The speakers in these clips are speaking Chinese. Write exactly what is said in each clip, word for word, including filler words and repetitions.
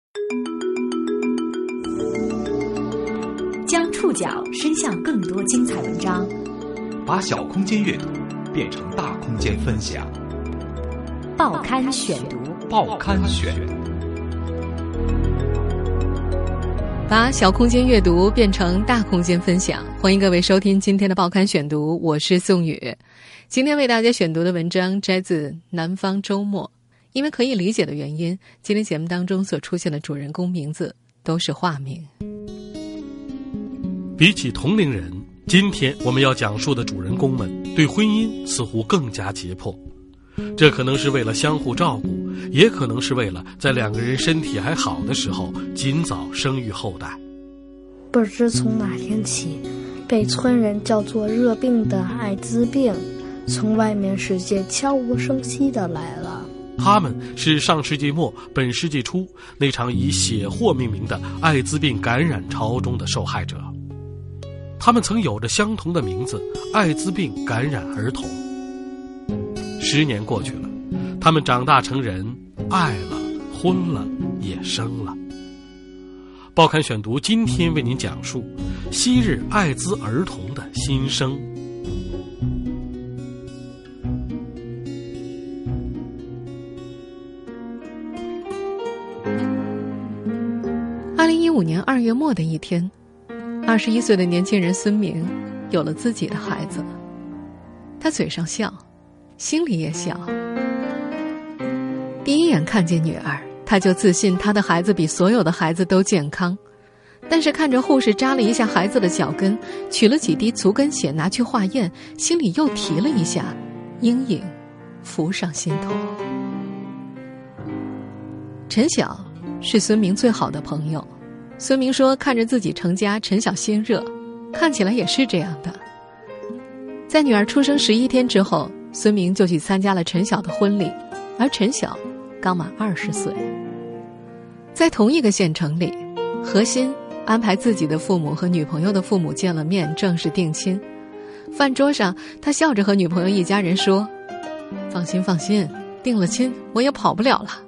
将触角伸向更多精彩文章， 把小空间阅读变成大空间分享。 报刊选读， 报刊选， 把小空间阅读变成大空间分享。欢迎各位收听今天的报刊选读，我是宋宇。今天为大家选读的文章摘自南方周末。因为可以理解的原因，今天节目当中所出现的主人公名字都是化名。 比起同龄人，今天我们要讲述的主人公们对婚姻似乎更加急迫。这可能是为了相互照顾，也可能是为了在两个人身体还好的时候尽早生育后代。 不知从哪天起，被村人叫做热病的艾滋病从外面世界悄无声息地来了。 他们是上世纪末本世纪初那场以血祸命名的艾滋病感染潮中的受害者。他们曾有着相同的名字，艾滋病感染儿童。十年过去了，他们长大成人，爱了，婚了，也生了。报刊选读今天为您讲述昔日艾滋儿童的心声。 二零一五年二月末的一天，二十一岁的年轻人孙明有了自己的孩子。他嘴上笑，心里也笑。第一眼看见女儿，他就自信他的孩子比所有的孩子都健康。但是看着护士扎了一下孩子的脚跟，取了几滴足跟血拿去化验，心里又提了一下，阴影浮上心头。陈晓是孙明最好的朋友。孙明说看着自己成家，陈晓心热，看起来也是这样的。在女儿出生十一天之后，孙明就去参加了陈晓的婚礼，而陈晓刚满二十岁。在同一个县城里，何鑫安排自己的父母和女朋友的父母见了面，正式定亲。饭桌上，他笑着和女朋友一家人说：放心放心，定了亲我也跑不了了。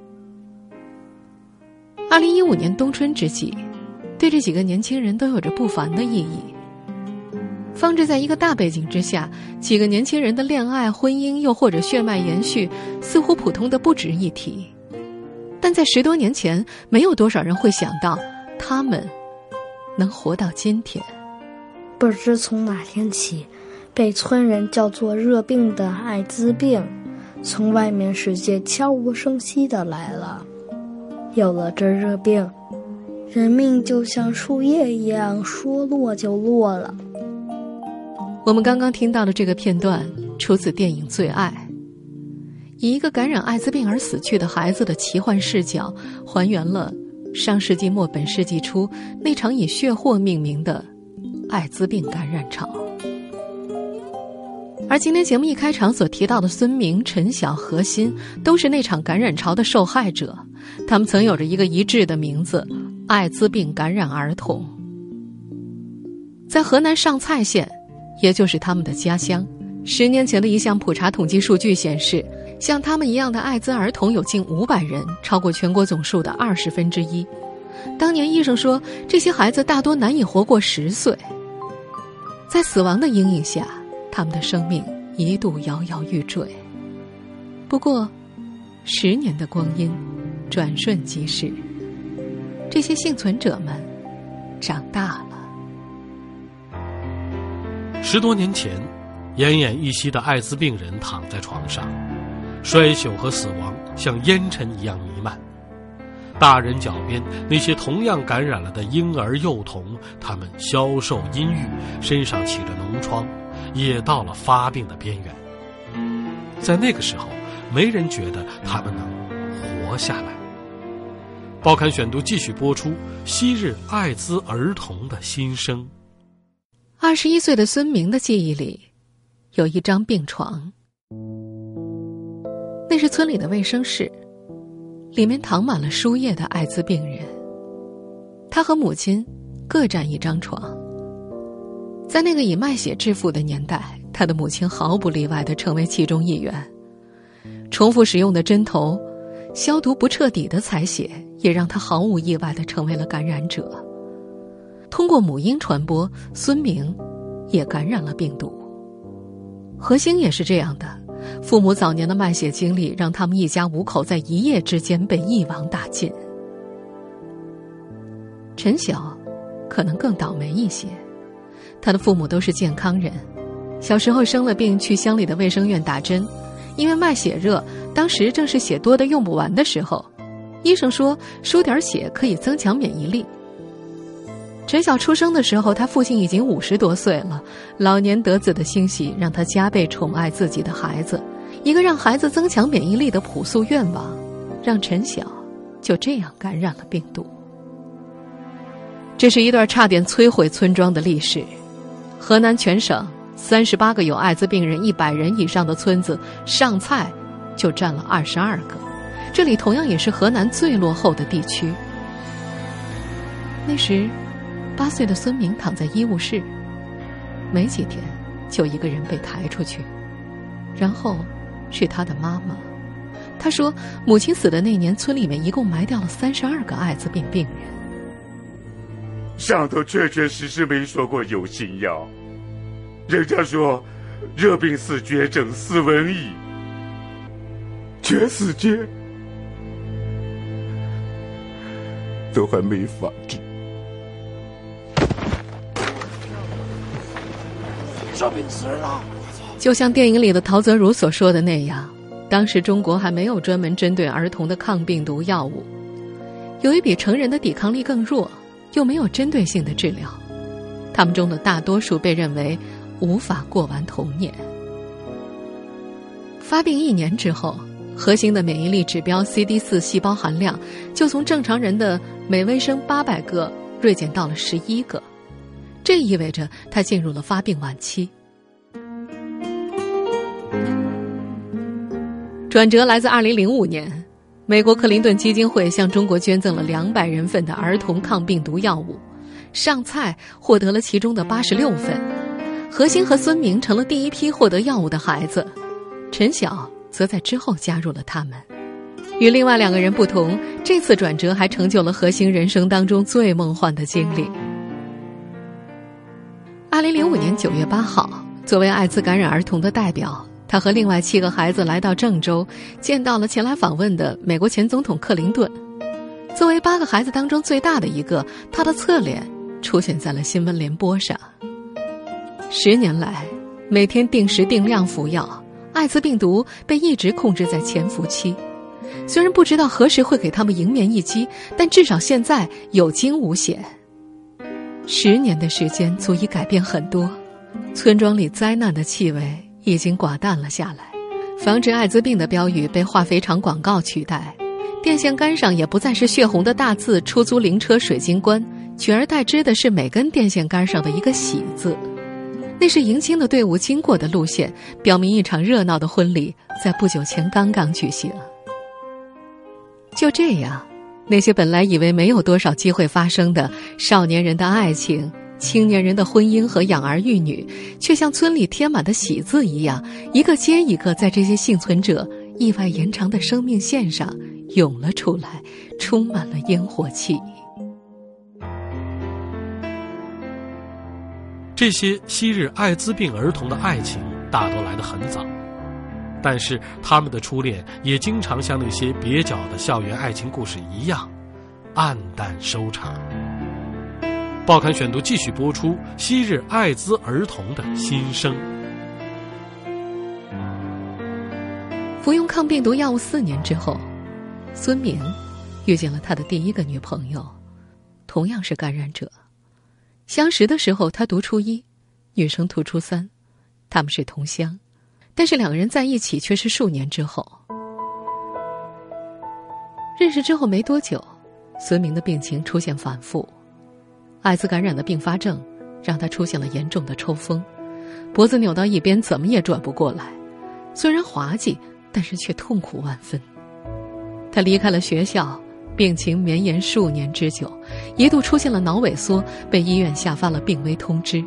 二零一五年冬春之际，对这几个年轻人都有着不凡的意义。放置在一个大背景之下，几个年轻人的恋爱、婚姻又或者血脉延续，似乎普通的不值一提。但在十多年前，没有多少人会想到他们能活到今天。 不知从哪天起，被村人叫做热病的艾滋病从外面世界悄无声息地来了。有了这热病，人命就像树叶一样，说落就落了。 我们刚刚听到的这个片段出自电影《最爱》，以一个感染艾滋病而死去的孩子的奇幻视角，还原了上世纪末本世纪初那场以血祸命名的艾滋病感染潮。而今天节目一开场所提到的孙明、陈晓、何鑫，都是那场感染潮的受害者。他们曾有着一个一致的名字，艾滋病感染儿童。在河南上蔡县，也就是他们的家乡，十年前的一项普查统计数据显示，像他们一样的艾滋儿童有近五百人，超过全国总数的二十分之一。当年医生说，这些孩子大多难以活过十岁。在死亡的阴影下，他们的生命一度摇摇欲坠。不过，十年的光阴转瞬即逝，这些幸存者们长大了。 十多年前，奄奄一息的艾滋病人躺在床上，衰朽和死亡像烟尘一样弥漫。大人脚边那些同样感染了的婴儿幼童，他们消瘦阴郁，身上起着脓疮，也到了发病的边缘。在那个时候，没人觉得他们能活下来。报刊选读继续播出昔日艾滋儿童的心声。 二十一岁的孙明的记忆里有一张病床，那是村里的卫生室，里面躺满了输液的艾滋病人。他和母亲各占一张床。在那个以卖血致富的年代，他的母亲毫不例外地成为其中一员。重复使用的针头， 消毒不彻底的采血也让他毫无意外地成为了感染者。通过母婴传播，孙明也感染了病毒。何兴也是这样的，父母早年的卖血经历让他们一家五口在一夜之间被一网打尽。陈晓可能更倒霉一些，他的父母都是健康人，小时候生了病去乡里的卫生院打针，因为卖血热，当时正是血多的用不完的时候，医生说输点血可以增强免疫力。陈晓出生的时候，他父亲已经五十多岁了，老年得子的欣喜让他加倍宠爱自己的孩子，一个让孩子增强免疫力的朴素愿望，让陈晓就这样感染了病毒。这是一段差点摧毁村庄的历史。河南全省三十八个有艾滋病人一百人以上的村子，上蔡就占了二十二个，这里同样也是河南最落后的地区。那时八岁的孙明躺在医务室，没几天就一个人被抬出去，然后是他的妈妈。他说母亲死的那年，村里面一共埋掉了三十二个艾滋病病人。 上头确确实实没说过有新药，人家说热病似绝症似瘟疫，全世界都还没法治。 热病死人了。 就像电影里的陶泽如所说的那样，当时中国还没有专门针对儿童的抗病毒药物，由于比成人的抵抗力更弱，又没有针对性的治疗，他们中的大多数被认为无法过完童年。发病一年之后，核心的免疫力指标 C D 四 细胞含量就从正常人的每微升八百个锐减到了十一个，这意味着他进入了发病晚期。转折来自二零零五年，美国克林顿基金会向中国捐赠了两百人份的儿童抗病毒药物，上蔡获得了其中的八十六份，何欣和孙明成了第一批获得药物的孩子，陈晓则在之后加入了他们。与另外两个人不同，这次转折还成就了何欣人生当中最梦幻的经历。二零零五年九月八号，作为艾滋感染儿童的代表，他和另外七个孩子来到郑州，见到了前来访问的美国前总统克林顿。作为八个孩子当中最大的一个，他的侧脸出现在了新闻联播上。十年来，每天定时定量服药，艾滋病毒被一直控制在潜伏期。虽然不知道何时会给他们迎面一击，但至少现在有惊无险。十年的时间足以改变很多，村庄里灾难的气味已经寡淡了下来，防止艾滋病的标语被化肥厂广告取代，电线杆上也不再是血红的大字出租灵车水晶棺，取而代之的是每根电线杆上的一个喜字，那是迎亲的队伍经过的路线，表明一场热闹的婚礼在不久前刚刚举行。就这样，那些本来以为没有多少机会发生的少年人的爱情、青年人的婚姻和养儿育女，却像村里贴满的喜字一样，一个接一个在这些幸存者意外延长的生命线上涌了出来，充满了烟火气。 这些昔日艾滋病儿童的爱情大多来得很早，但是他们的初恋也经常像那些蹩脚的校园爱情故事一样黯淡收场。报刊选读继续播出昔日艾滋儿童的心声。 服用抗病毒药物四年之后，孙明遇见了他的第一个女朋友，同样是感染者。相识的时候他读初一，女生读初三，他们是同乡，但是两个人在一起却是数年之后。认识之后没多久，孙明的病情出现反复，艾滋感染的并发症让他出现了严重的抽风，脖子扭到一边怎么也转不过来，虽然滑稽，但是却痛苦万分。他离开了学校，病情绵延数年之久，一度出现了脑萎缩，被医院下发了病危通知。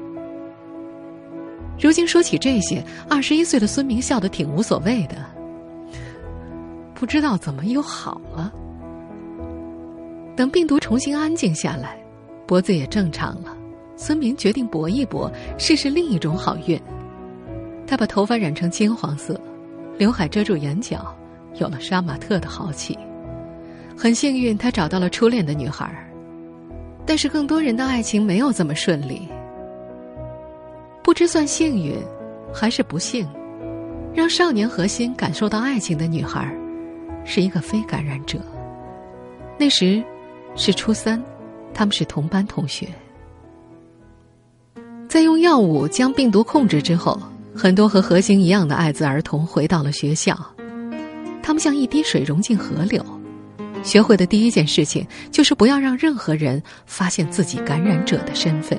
如今说起这些，二十一岁的孙明笑得挺无所谓的。 不知道怎么又好了。等病毒重新安静下来，脖子也正常了，孙明决定搏一搏，试试另一种好运。他把头发染成金黄色，刘海遮住眼角，有了杀马特的豪气。很幸运，他找到了初恋的女孩，但是更多人的爱情没有这么顺利。不知算幸运还是不幸，让少年何心感受到爱情的女孩是一个非感染者。那时是初三，他们是同班同学。在用药物将病毒控制之后，很多和何心一样的艾滋儿童回到了学校，他们像一滴水融进河流。学会的第一件事情就是不要让任何人发现自己感染者的身份。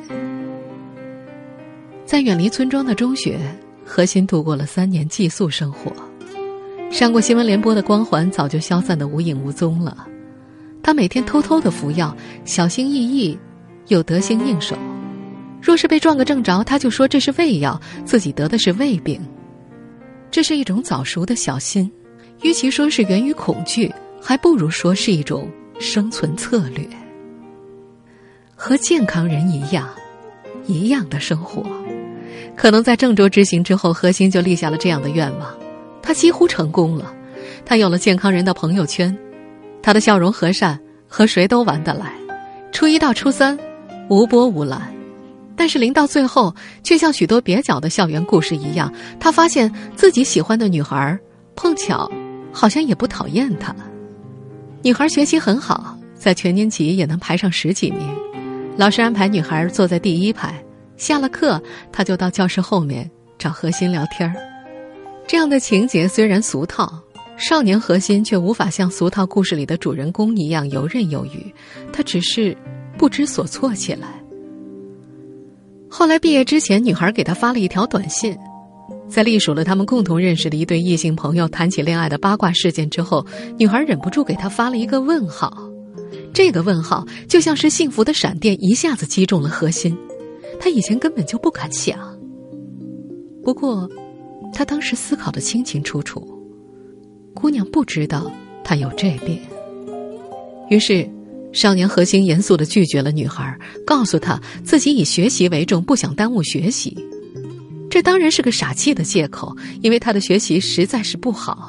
在远离村庄的中学，何心度过了三年寄宿生活。上过新闻联播的光环早就消散得无影无踪了。他每天偷偷地服药，小心翼翼又得心应手。若是被撞个正着，他就说这是胃药，自己得的是胃病。这是一种早熟的小心，与其说是源于恐惧，还不如说是一种生存策略。和健康人一样，一样的生活。可能在郑州之行之后，何心就立下了这样的愿望。他几乎成功了，他有了健康人的朋友圈，他的笑容和善，和谁都玩得来。初一到初三，无波无澜。但是临到最后，却像许多蹩脚的校园故事一样，他发现自己喜欢的女孩碰巧好像也不讨厌他。女孩学习很好，在全年级也能排上十几名，老师安排女孩坐在第一排，下了课她就到教室后面找何心聊天。这样的情节虽然俗套，少年何心却无法像俗套故事里的主人公一样游刃有余，他只是不知所措起来。后来毕业之前，女孩给他发了一条短信，在历数了他们共同认识的一对异性朋友谈起恋爱的八卦事件之后，女孩忍不住给他发了一个问号。这个问号就像是幸福的闪电，一下子击中了何心。他以前根本就不敢想，不过他当时思考得清清楚楚，姑娘不知道他有这病。于是少年何心严肃地拒绝了女孩，告诉她自己以学习为重，不想耽误学习。这当然是个傻气的借口，因为他的学习实在是不好。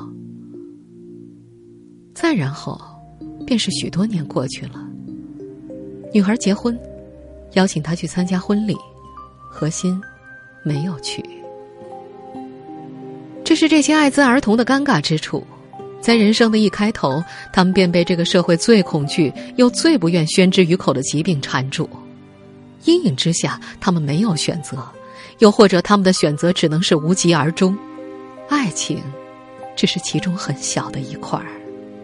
再然后便是许多年过去了，女孩结婚，邀请他去参加婚礼，何心没有去。这是这些艾滋儿童的尴尬之处。在人生的一开头，他们便被这个社会最恐惧又最不愿宣之于口的疾病缠住。阴影之下，他们没有选择，又或者他们的选择只能是无疾而终。爱情只是其中很小的一块儿。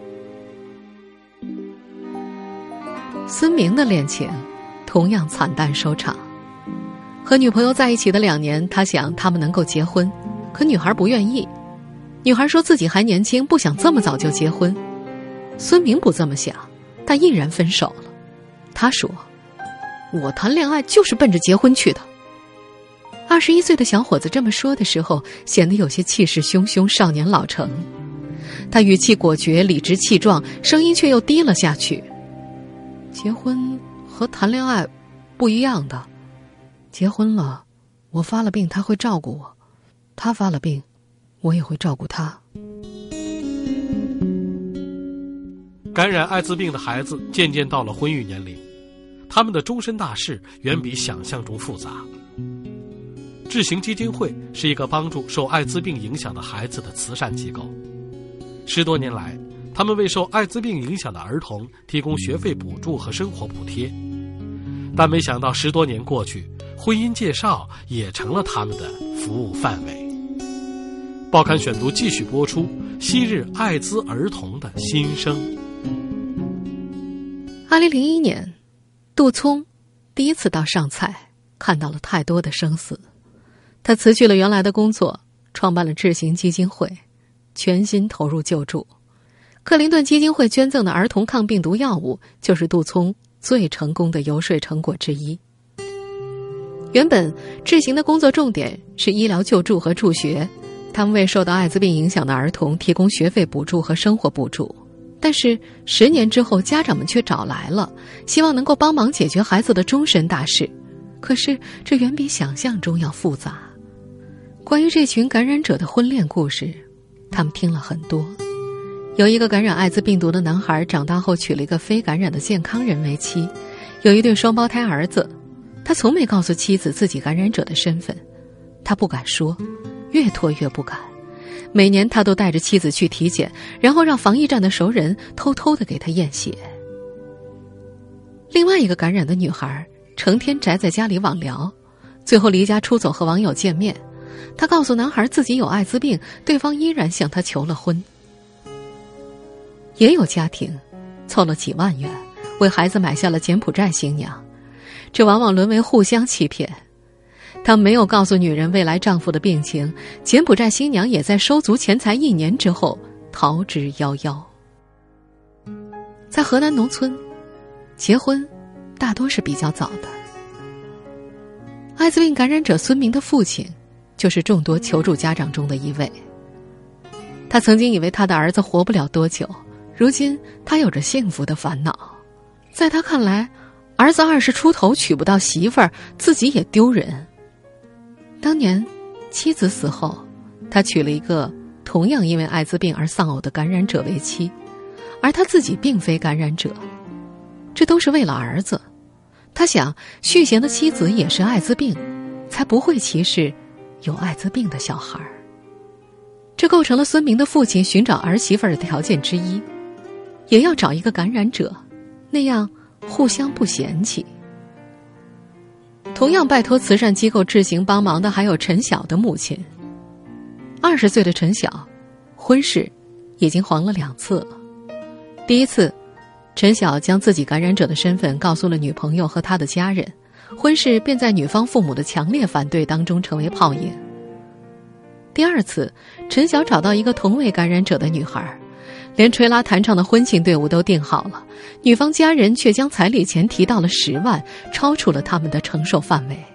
孙明的恋情同样惨淡收场。和女朋友在一起的两年，他想他们能够结婚，可女孩不愿意。女孩说自己还年轻，不想这么早就结婚。孙明不这么想，他毅然分手了。他说，我谈恋爱就是奔着结婚去的。二十一岁的小伙子这么说的时候，显得有些气势汹汹，少年老成。他语气果决，理直气壮，声音却又低了下去。结婚和谈恋爱不一样的，结婚了，我发了病他会照顾我，他发了病我也会照顾他。 感染艾滋病的孩子渐渐到了婚育年龄，他们的终身大事远比想象中复杂。智行基金会是一个帮助受艾滋病影响的孩子的慈善机构。十多年来，他们为受艾滋病影响的儿童提供学费补助和生活补贴。但没想到十多年过去，婚姻介绍也成了他们的服务范围。报刊选读继续播出昔日艾滋儿童的心声。 二零零一年，杜聪第一次到上菜，看到了太多的生死。他辞去了原来的工作，创办了智行基金会，全心投入救助。克林顿基金会捐赠的儿童抗病毒药物，就是杜聪最成功的游说成果之一。原本智行的工作重点是医疗救助和助学， 他们为受到艾滋病影响的儿童提供学费补助和生活补助，但是十年之后，家长们却找来了，希望能够帮忙解决孩子的终身大事。可是这远比想象中要复杂。关于这群感染者的婚恋故事，他们听了很多。有一个感染艾滋病毒的男孩，长大后娶了一个非感染的健康人为妻，有一对双胞胎儿子。他从没告诉妻子自己感染者的身份，他不敢说，越拖越不敢。每年他都带着妻子去体检，然后让防疫站的熟人偷偷地给他验血。另外一个感染的女孩成天宅在家里网聊，最后离家出走和网友见面。她告诉男孩自己有艾滋病，对方依然向她求了婚。也有家庭凑了几万元为孩子买下了柬埔寨新娘，这往往沦为互相欺骗。他没有告诉女人未来丈夫的病情，柬埔寨新娘也在收足钱财一年之后逃之夭夭。在河南农村，结婚大多是比较早的。艾滋病感染者孙明的父亲就是众多求助家长中的一位。他曾经以为他的儿子活不了多久，如今他有着幸福的烦恼。在他看来，儿子二十出头娶不到媳妇儿，自己也丢人。当年妻子死后，他娶了一个同样因为艾滋病而丧偶的感染者为妻，而他自己并非感染者。这都是为了儿子。他想续弦的妻子也是艾滋病，才不会歧视有艾滋病的小孩。这构成了孙明的父亲寻找儿媳妇的条件之一，也要找一个感染者，那样互相不嫌弃。同样拜托慈善机构志行帮忙的还有陈晓的母亲。二十岁的陈晓，婚事已经黄了两次了。第一次，陈晓将自己感染者的身份告诉了女朋友和他的家人，婚事便在女方父母的强烈反对当中成为泡影。第二次，陈晓找到一个同为感染者的女孩，连吹拉弹唱的婚庆队伍都定好了，女方家人却将彩礼钱提到了十万，超出了他们的承受范围。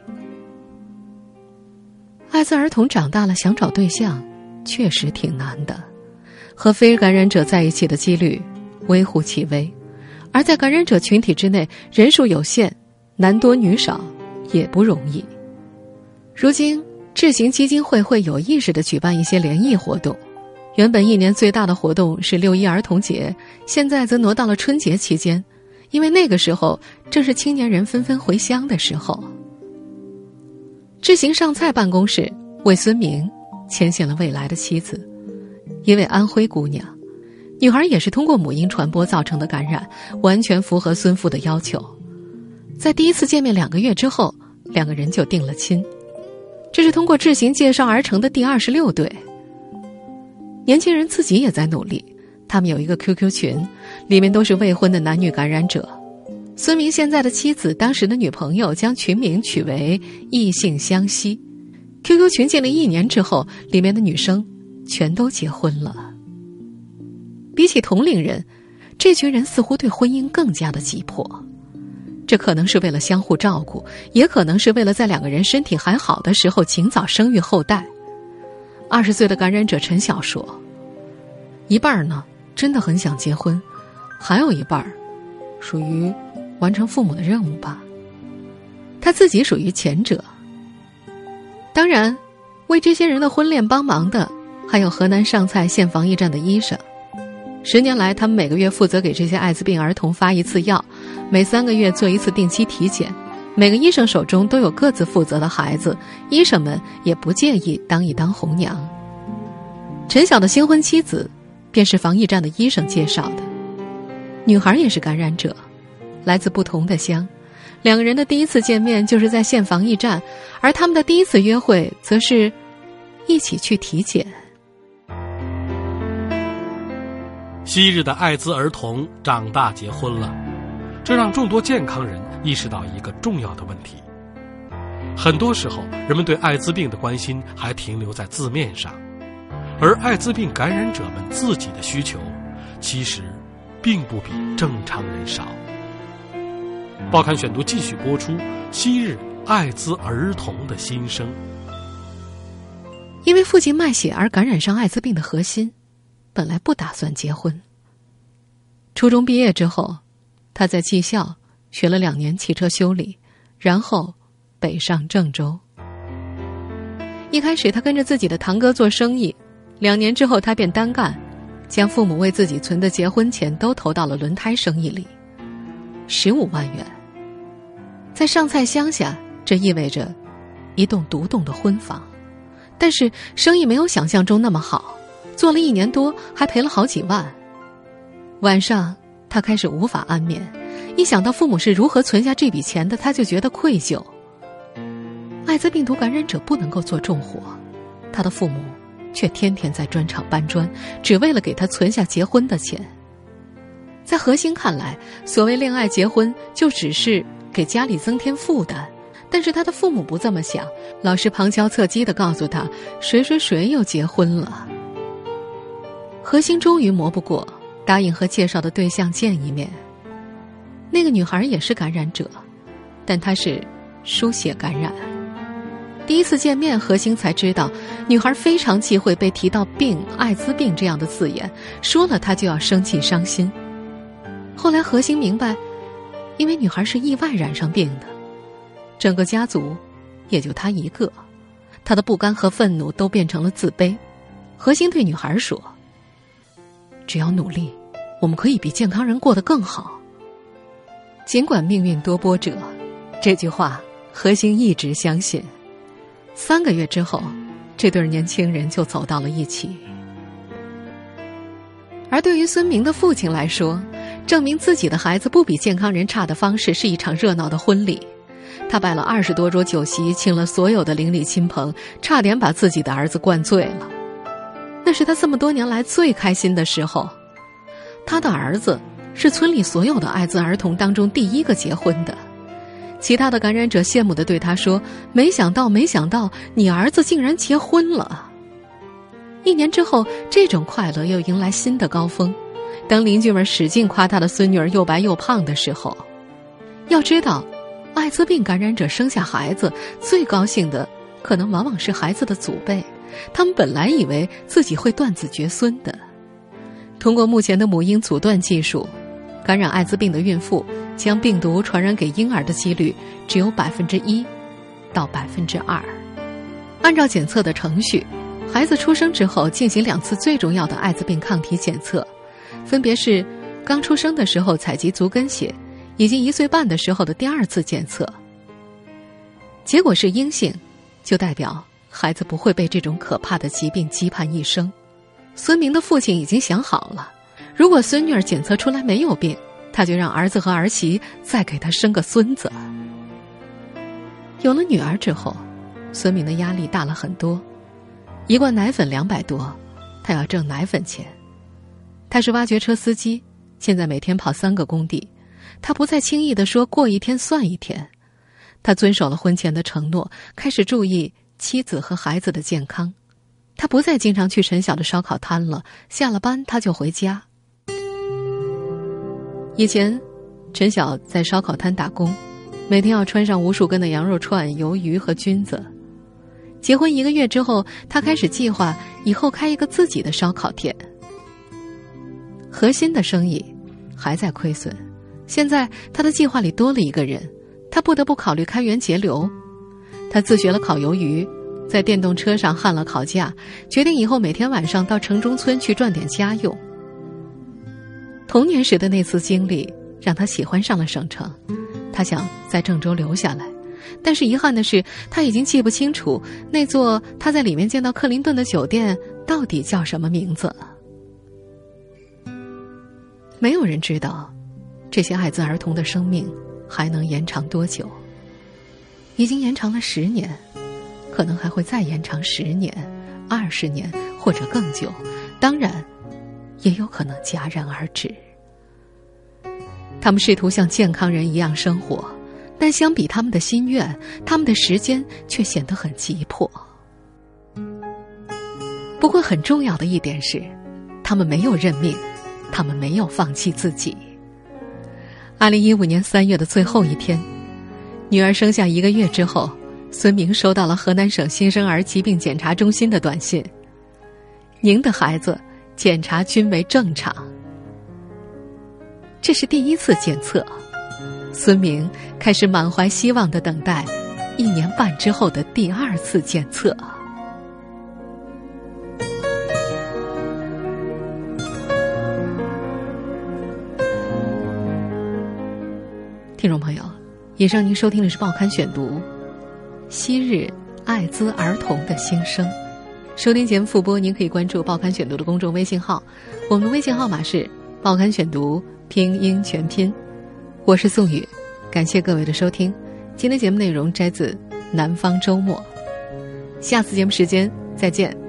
艾滋儿童长大了想找对象，确实挺难的，和非感染者在一起的几率微乎其微，而在感染者群体之内，人数有限，男多女少也不容易。如今志行基金会会有意识地举办一些联谊活动，原本一年最大的活动是六一儿童节，现在则挪到了春节期间，因为那个时候正是青年人纷纷回乡的时候。志行上菜办公室为孙明牵线了未来的妻子，一位安徽姑娘，女孩也是通过母婴传播造成的感染，完全符合孙父的要求。在第一次见面两个月之后，两个人就定了亲。这是通过志行介绍而成的第二十六对。年轻人自己也在努力，他们有一个 Q Q 群，里面都是未婚的男女感染者。孙明现在的妻子当时的女朋友将群名取为异性相吸。 Q Q 群建立一年之后，里面的女生全都结婚了。比起同龄人，这群人似乎对婚姻更加的急迫。这可能是为了相互照顾，也可能是为了在两个人身体还好的时候尽早生育后代。二十岁的感染者陈晓说，一半呢真的很想结婚，还有一半属于完成父母的任务吧。他自己属于前者。当然，为这些人的婚恋帮忙的还有河南上蔡县防疫站的医生。十年来，他们每个月负责给这些艾滋病儿童发一次药，每三个月做一次定期体检。每个医生手中都有各自负责的孩子，医生们也不介意当一当红娘。陈晓的新婚妻子便是防疫站的医生介绍的，女孩也是感染者，来自不同的乡。两个人的第一次见面就是在县防疫站，而他们的第一次约会则是一起去体检。 昔日的艾滋儿童长大结婚了，这让众多健康人意识到一个重要的问题：很多时候人们对艾滋病的关心还停留在字面上，而艾滋病感染者们自己的需求其实并不比正常人少。报刊选读继续播出昔日艾滋儿童的心声。 因为父亲卖血而感染上艾滋病的何欣，本来不打算结婚。初中毕业之后，他在技校学了两年汽车修理，然后北上郑州。一开始他跟着自己的堂哥做生意，两年之后他便单干，将父母为自己存的结婚钱都投到了轮胎生意里，十五万元。在上蔡乡下，这意味着一栋独栋的婚房，但是生意没有想象中那么好，做了一年多还赔了好几万。晚上他开始无法安眠，一想到父母是如何存下这笔钱的，他就觉得愧疚。艾滋病毒感染者不能够做重活，他的父母却天天在砖厂搬砖，只为了给他存下结婚的钱。在何欣看来，所谓恋爱结婚就只是给家里增添负担，但是他的父母不这么想，老是旁敲侧击地告诉他谁谁谁又结婚了。何欣终于磨不过，答应和介绍的对象见一面。那个女孩也是感染者，但她是输血感染。第一次见面，何欣才知道女孩非常忌讳被提到病、艾滋病这样的字眼，说了她就要生气伤心。后来何欣明白，因为女孩是意外染上病的，整个家族也就她一个，她的不甘和愤怒都变成了自卑。何欣对女孩说，只要努力，我们可以比健康人过得更好。尽管命运多波折，这句话何欣一直相信。三个月之后，这对年轻人就走到了一起。而对于孙明的父亲来说，证明自己的孩子不比健康人差的方式是一场热闹的婚礼。他摆了二十多桌酒席，请了所有的邻里亲朋，差点把自己的儿子灌醉了。那是他这么多年来最开心的时候。他的儿子是村里所有的艾滋儿童当中第一个结婚的。其他的感染者羡慕地对他说，没想到没想到你儿子竟然结婚了。一年之后，这种快乐又迎来新的高峰。当邻居们使劲夸他的孙女儿又白又胖的时候，要知道艾滋病感染者生下孩子最高兴的可能往往是孩子的祖辈，他们本来以为自己会断子绝孙的。通过目前的母婴阻断技术，感染艾滋病的孕妇将病毒传染给婴儿的几率只有百分之一到百分之二。按照检测的程序，孩子出生之后进行两次最重要的艾滋病抗体检测，分别是刚出生的时候采集足跟血，以及一岁半的时候的第二次检测。结果是阴性，就代表孩子不会被这种可怕的疾病羁绊一生。孙明的父亲已经想好了，如果孙女儿检测出来没有病，他就让儿子和儿媳再给他生个孙子。有了女儿之后，孙明的压力大了很多。一罐奶粉两百多，他要挣奶粉钱。他是挖掘车司机，现在每天跑三个工地。他不再轻易地说过一天算一天。他遵守了婚前的承诺，开始注意妻子和孩子的健康。他不再经常去陈晓的烧烤摊了，下了班他就回家。以前陈晓在烧烤摊打工，每天要穿上无数根的羊肉串、鱿鱼和菌子。结婚一个月之后，他开始计划以后开一个自己的烧烤店。何欣的生意还在亏损，现在他的计划里多了一个人，他不得不考虑开源节流。他自学了烤鱿鱼，在电动车上焊了烤架，决定以后每天晚上到城中村去赚点家用。童年时的那次经历让他喜欢上了省城，他想在郑州留下来，但是遗憾的是，他已经记不清楚那座他在里面见到克林顿的酒店到底叫什么名字了。没有人知道这些艾滋儿童的生命还能延长多久。已经延长了十年，可能还会再延长十年、二十年或者更久，当然也有可能戛然而止。他们试图像健康人一样生活，但相比他们的心愿，他们的时间却显得很急迫。不过很重要的一点是，他们没有认命，他们没有放弃自己。二零一五年三月的最后一天，女儿生下一个月之后， 孙明收到了河南省新生儿疾病检查中心的短信：您的孩子检查均为正常。这是第一次检测，孙明开始满怀希望地等待一年半之后的第二次检测。听众朋友，以上您收听的是《报刊选读》，昔日艾滋儿童的心声。收听节目复播，您可以关注《报刊选读》的公众微信号，我们的微信号码是《报刊选读》拼音全拼。我是宋宇，感谢各位的收听。今天节目内容摘自《南方周末》，下次节目时间再见。